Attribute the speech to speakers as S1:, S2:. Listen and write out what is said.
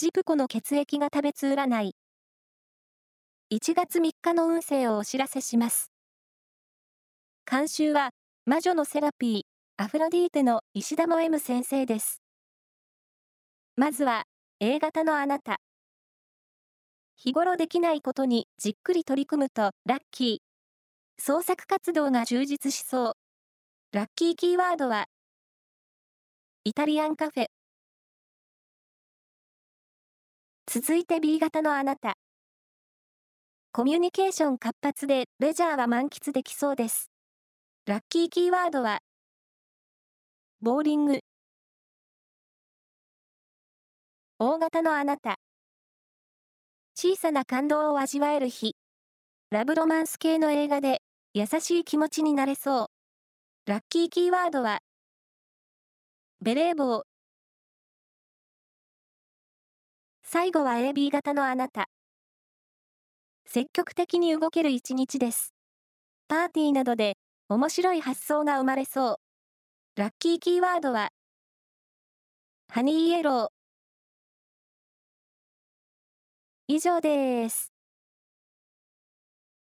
S1: ジプコの血液が食べつ占い。1月3日の運勢をお知らせします。監修は、魔女のセラピー、アフロディーテの石田も M 先生です。まずは、A 型のあなた。日頃できないことにじっくり取り組むとラッキー。創作活動が充実しそう。ラッキーキーワードは、イタリアンカフェ。続いて B 型のあなた。コミュニケーション活発でレジャーは満喫できそうです。ラッキーキーワードは、ボーリング。O 型のあなた。小さな感動を味わえる日。ラブロマンス系の映画で優しい気持ちになれそう。ラッキーキーワードは、ベレー帽。最後は AB 型のあなた。積極的に動ける一日です。パーティーなどで面白い発想が生まれそう。ラッキーキーワードは、ハニーイエロー。以上です。